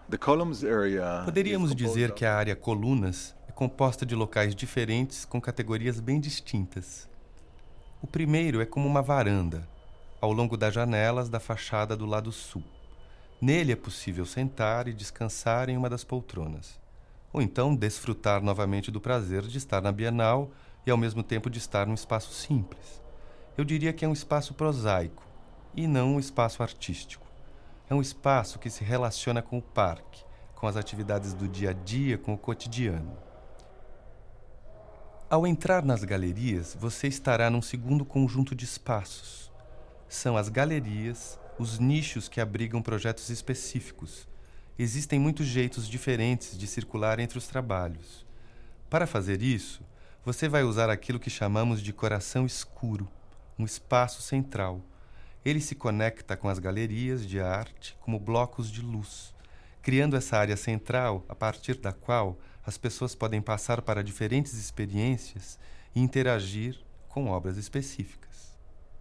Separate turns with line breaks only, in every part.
Poderíamos dizer que a área colunas é composta de locais diferentes com categorias bem distintas. O primeiro é como uma varanda, ao longo das janelas da fachada do lado sul. Nele é possível sentar e descansar em uma das poltronas, ou então desfrutar novamente do prazer de estar na Bienal e ao mesmo tempo de estar num espaço simples. Eu diria que é um espaço prosaico e não um espaço artístico. É um espaço que se relaciona com o parque, com as atividades do dia a dia, com o cotidiano. Ao entrar nas galerias, você estará num segundo conjunto de espaços. São as galerias, os nichos que abrigam projetos específicos. Existem muitos jeitos diferentes de circular entre os trabalhos. Para fazer isso, você vai usar aquilo que chamamos de coração escuro, um espaço central. Ele se conecta com as galerias de arte como blocos de luz, criando essa área central a partir da qual as pessoas podem passar para diferentes experiências e interagir com obras específicas.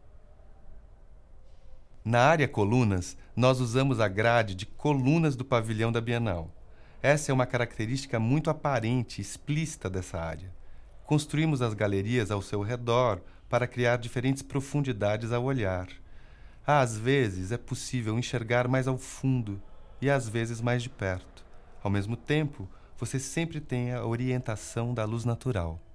Na área colunas, nós usamos a grade de colunas do pavilhão da Bienal. Essa é uma característica muito aparente e explícita dessa área. Construímos as galerias ao seu redor para criar diferentes profundidades ao olhar. Às vezes é possível enxergar mais ao fundo e às vezes mais de perto. Ao mesmo tempo, você sempre tem a orientação da luz natural.